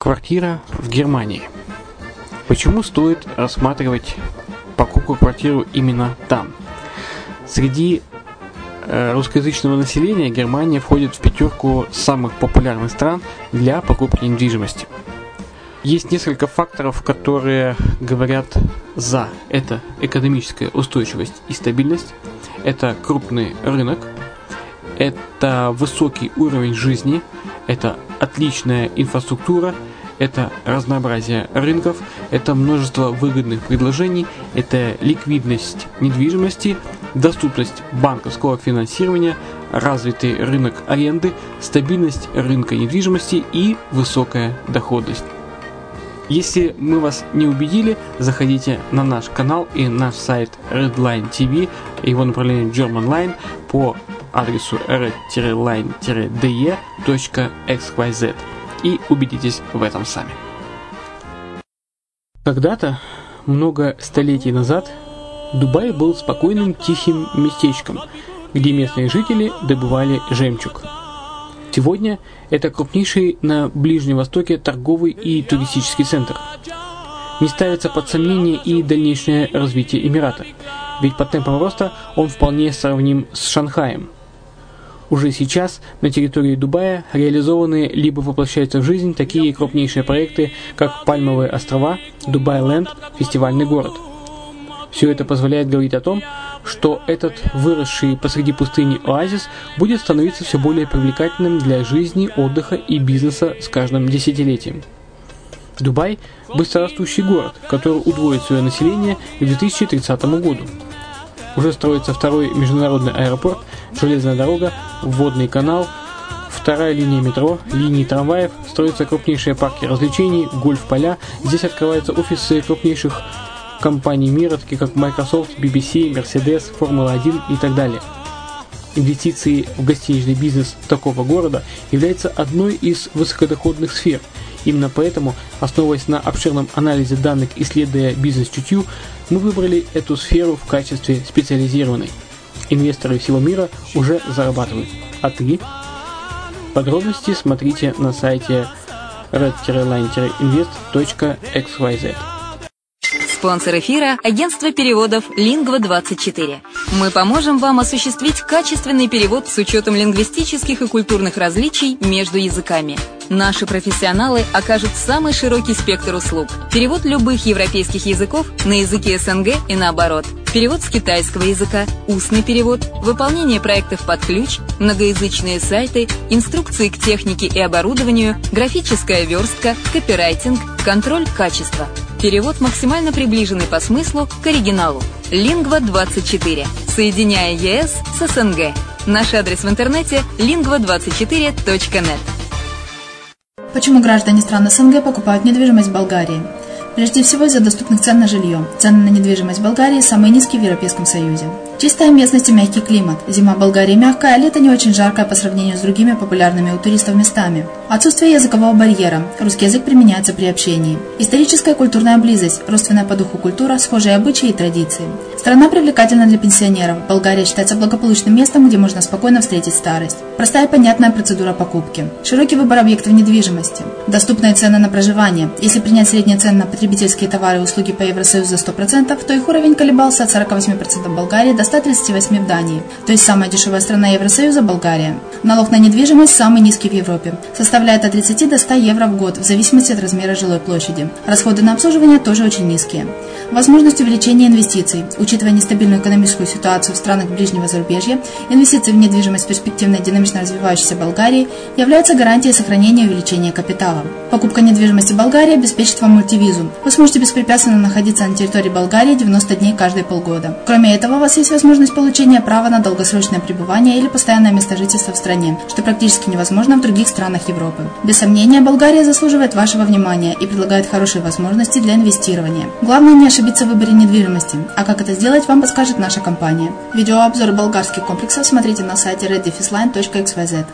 Квартира в Германии. Почему стоит рассматривать покупку квартиры именно там? Среди русскоязычного населения Германия входит в пятерку самых популярных стран для покупки недвижимости. Есть несколько факторов, которые говорят за. Это экономическая устойчивость и стабильность, это крупный рынок, это высокий уровень жизни, это отличная инфраструктура, это разнообразие рынков, это множество выгодных предложений, это ликвидность недвижимости, доступность банковского финансирования, развитый рынок аренды, стабильность рынка недвижимости и высокая доходность. Если мы вас не убедили, заходите на наш канал и наш сайт Redline TV, его направление German Line по адресу red-line-de.xyz и убедитесь в этом сами. Когда-то, много столетий назад, Дубай был спокойным тихим местечком, где местные жители добывали жемчуг. Сегодня это крупнейший на Ближнем Востоке торговый и туристический центр. Не ставится под сомнение и дальнейшее развитие Эмирата, ведь по темпам роста он вполне сравним с Шанхаем. Уже сейчас на территории Дубая реализованы либо воплощаются в жизнь такие крупнейшие проекты, как Пальмовые острова, Дубай-Ленд, фестивальный город. Все это позволяет говорить о том, что этот выросший посреди пустыни оазис будет становиться все более привлекательным для жизни, отдыха и бизнеса с каждым десятилетием. Дубай – быстрорастущий город, который удвоит свое население к 2030 году. Уже строится второй международный аэропорт, железная дорога, водный канал, вторая линия метро, линии трамваев, строятся крупнейшие парки развлечений, гольф-поля. Здесь открываются офисы крупнейших компаний мира, таких как Microsoft, BBC, Mercedes, Формула-1 и так далее. Инвестиции в гостиничный бизнес такого города являются одной из высокодоходных сфер. Именно поэтому, основываясь на обширном анализе данных, исследуя бизнес-чутью, мы выбрали эту сферу в качестве специализированной. Инвесторы всего мира уже зарабатывают. А ты? Подробности смотрите на сайте red-line-invest.xyz. Спонсор эфира – агентство переводов Lingva24. Мы поможем вам осуществить качественный перевод с учетом лингвистических и культурных различий между языками. Наши профессионалы окажут самый широкий спектр услуг. Перевод любых европейских языков на языки СНГ и наоборот. Перевод с китайского языка, устный перевод, выполнение проектов под ключ, многоязычные сайты, инструкции к технике и оборудованию, графическая верстка, копирайтинг, контроль качества. Перевод максимально приближенный по смыслу к оригиналу. Lingva24. Соединяя ЕС с СНГ. Наш адрес в интернете lingva24.net. Почему граждане стран СНГ покупают недвижимость в Болгарии? Прежде всего из-за доступных цен на жилье. Цены на недвижимость в Болгарии самые низкие в Европейском Союзе. Чистая местность и мягкий климат. Зима в Болгарии мягкая, а лето не очень жаркое по сравнению с другими популярными у туристов местами. Отсутствие языкового барьера. Русский язык применяется при общении. Историческая и культурная близость. Родственная по духу культура, схожие обычаи и традиции. Страна привлекательна для пенсионеров. Болгария считается благополучным местом, где можно спокойно встретить старость. Простая и понятная процедура покупки. Широкий выбор объектов недвижимости. Доступные цены на проживание. Если принять средние цены на потребительские товары и услуги по Евросоюзу за 100%, то их уровень колебался от 48% в Болгарии до 138% в Дании. То есть самая дешевая страна Евросоюза – Болгария. Налог на недвижимость самый низкий в Европе. Составляет от 30 до 100 евро в год, в зависимости от размера жилой площади. Расходы на обслуживание тоже очень низкие. Возможность увеличения инвестиций. Учитывая нестабильную экономическую ситуацию в странах ближнего зарубежья, инвестиции в недвижимость в перспективной динамично развивающейся Болгарии являются гарантией сохранения и увеличения капитала. Покупка недвижимости в Болгарии обеспечит вам мультивизу. Вы сможете беспрепятственно находиться на территории Болгарии 90 дней каждые полгода. Кроме этого, у вас есть возможность получения права на долгосрочное пребывание или постоянное место жительства в стране, что практически невозможно в других странах Европы. Без сомнения, Болгария заслуживает вашего внимания и предлагает хорошие возможности для инвестирования. Главное не ошибиться в выборе недвижимости, а как это сделать, вам подскажет наша компания. Видеообзор болгарских комплексов смотрите на сайте red-line.xyz.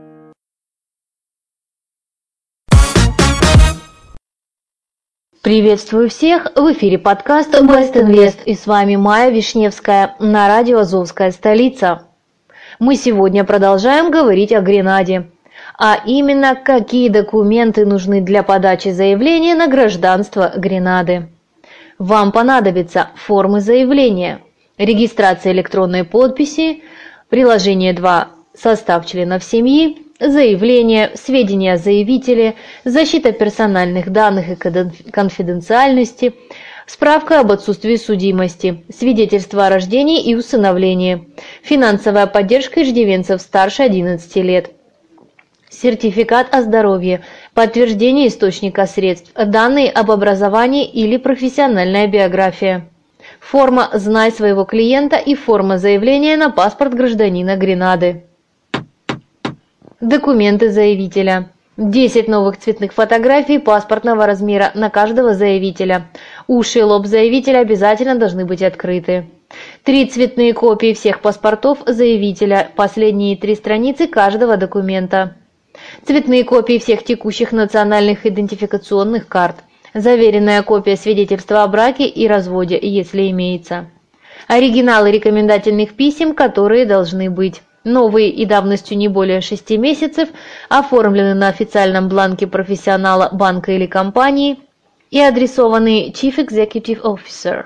Приветствую всех! В эфире подкаст Best Invest, и с вами Майя Вишневская на радио «Азовская столица». Мы сегодня продолжаем говорить о Гренаде. а именно, какие документы нужны для подачи заявления на гражданство Гренады. Вам понадобятся формы заявления, регистрация электронной подписи, приложение 2 «Состав членов семьи», заявление, сведения о заявителе, защита персональных данных и конфиденциальности, справка об отсутствии судимости, свидетельство о рождении и усыновлении, финансовая поддержка иждивенцев старше 11 лет, сертификат о здоровье, подтверждение источника средств, данные об образовании или профессиональная биография, форма «Знай своего клиента» и форма заявления на паспорт гражданина Гренады. Документы заявителя. 10 новых цветных фотографий паспортного размера на каждого заявителя. Уши и лоб заявителя обязательно должны быть открыты. 3 цветные копии всех паспортов заявителя, последние 3 страницы каждого документа. Цветные копии всех текущих национальных идентификационных карт. Заверенная копия свидетельства о браке и разводе, если имеется. Оригиналы рекомендательных писем, которые должны быть. Новые и давностью не более 6 месяцев, оформлены на официальном бланке профессионала банка или компании и адресованы Chief Executive Officer.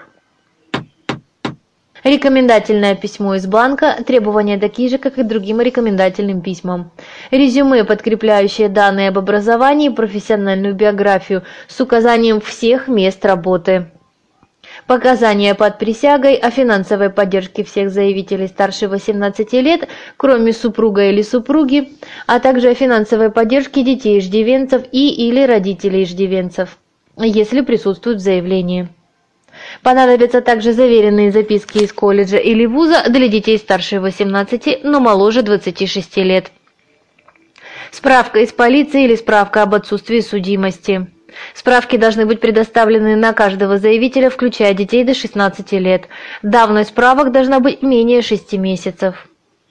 Рекомендательное письмо из банка, требования такие же, как и другим рекомендательным письмам. Резюме, подкрепляющее данные об образовании и профессиональную биографию с указанием всех мест работы. Показания под присягой о финансовой поддержке всех заявителей старше 18 лет, кроме супруга или супруги, а также о финансовой поддержке детей иждивенцев и/или родителей иждивенцев, если присутствуют в заявлении. Понадобятся также заверенные записки из колледжа или вуза для детей старше 18, но моложе 26 лет. Справка из полиции или справка об отсутствии судимости. Справки должны быть предоставлены на каждого заявителя, включая детей до 16 лет. Давность справок должна быть менее 6 месяцев.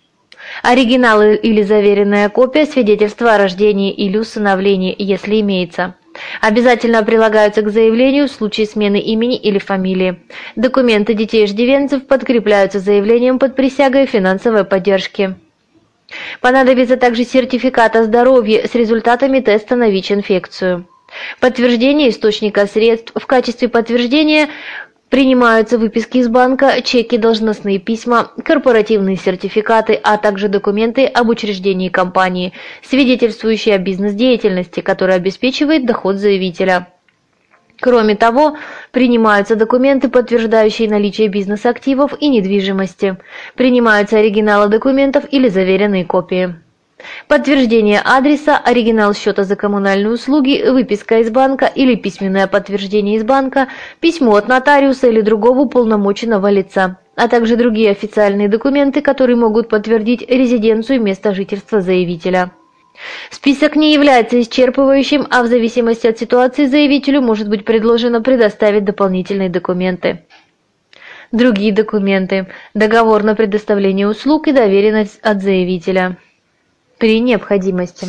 Оригинал или заверенная копия свидетельства о рождении или усыновлении, если имеется. Обязательно прилагаются к заявлению в случае смены имени или фамилии. Документы детей-иждивенцев подкрепляются заявлением под присягой финансовой поддержки. Понадобится также сертификат о здоровье с результатами теста на ВИЧ-инфекцию. Подтверждение источника средств. В качестве подтверждения принимаются выписки из банка, чеки, должностные письма, корпоративные сертификаты, а также документы об учреждении компании, свидетельствующие о бизнес-деятельности, которая обеспечивает доход заявителя. Кроме того, принимаются документы, подтверждающие наличие бизнес-активов и недвижимости. Принимаются оригиналы документов или заверенные копии. Подтверждение адреса, оригинал счета за коммунальные услуги, выписка из банка или письменное подтверждение из банка, письмо от нотариуса или другого уполномоченного лица, а также другие официальные документы, которые могут подтвердить резиденцию и место жительства заявителя. Список не является исчерпывающим, а в зависимости от ситуации заявителю может быть предложено предоставить дополнительные документы. Другие документы, договор на предоставление услуг и доверенность от заявителя. При необходимости.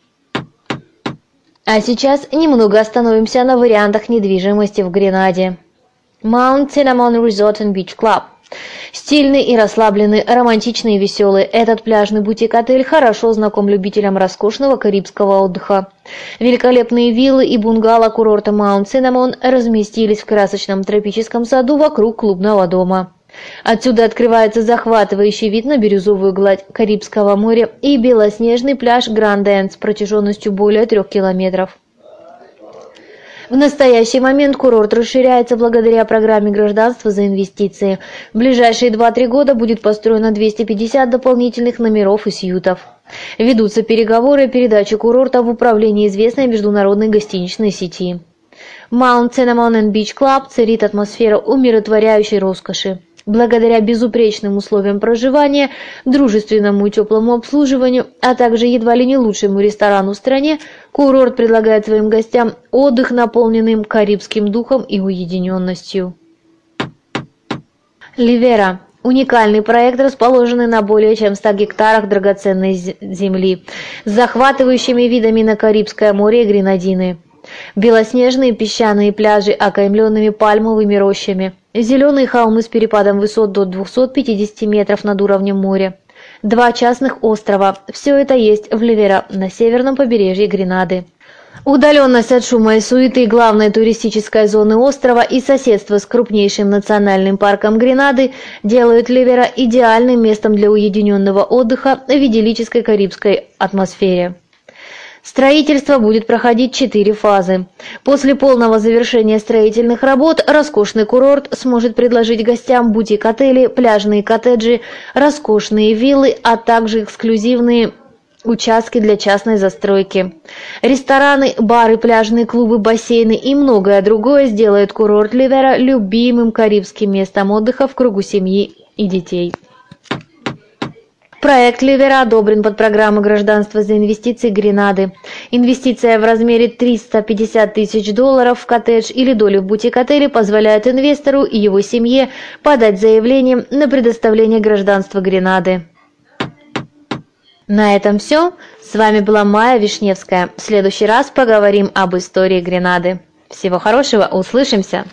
А сейчас немного остановимся на вариантах недвижимости в Гренаде. Mount Cinnamon Resort and Beach Club. Стильный и расслабленный, романтичный и веселый, этот пляжный бутик-отель хорошо знаком любителям роскошного карибского отдыха. Великолепные виллы и бунгало курорта Mount Cinnamon разместились в красочном тропическом саду вокруг клубного дома. Отсюда открывается захватывающий вид на бирюзовую гладь Карибского моря и белоснежный пляж Гранд-Энд с протяженностью более 3 километров. В настоящий момент курорт расширяется благодаря программе гражданства за инвестиции. В ближайшие 2-3 года будет построено 250 дополнительных номеров и сьютов. Ведутся переговоры о передаче курорта в управление известной международной гостиничной сети. Mount Cinnamon and Beach Club царит атмосфера умиротворяющей роскоши. Благодаря безупречным условиям проживания, дружественному и теплому обслуживанию, а также едва ли не лучшему ресторану в стране, курорт предлагает своим гостям отдых, наполненным карибским духом и уединенностью. Ливера – уникальный проект, расположенный на более чем 100 гектарах драгоценной земли, с захватывающими видами на Карибское море и Гренадины. Белоснежные песчаные пляжи, окаймленными пальмовыми рощами, зеленые холмы с перепадом высот до 250 метров над уровнем моря, 2 частных острова. Все это есть в Ливера на северном побережье Гренады. Удаленность от шума и суеты главной туристической зоны острова и соседство с крупнейшим национальным парком Гренады делают Ливера идеальным местом для уединенного отдыха в идиллической карибской атмосфере. Строительство будет проходить 4 фазы. После полного завершения строительных работ роскошный курорт сможет предложить гостям бутик-отели, пляжные коттеджи, роскошные виллы, а также эксклюзивные участки для частной застройки. Рестораны, бары, пляжные клубы, бассейны и многое другое сделают курорт Ливера любимым карибским местом отдыха в кругу семьи и детей. Проект Ливера одобрен под программу гражданства за инвестиции Гренады. Инвестиция в размере $350 тысяч в коттедж или долю в бутик-отеле позволяет инвестору и его семье подать заявление на предоставление гражданства Гренады. На этом все. С вами была Майя Вишневская. В следующий раз поговорим об истории Гренады. Всего хорошего, услышимся!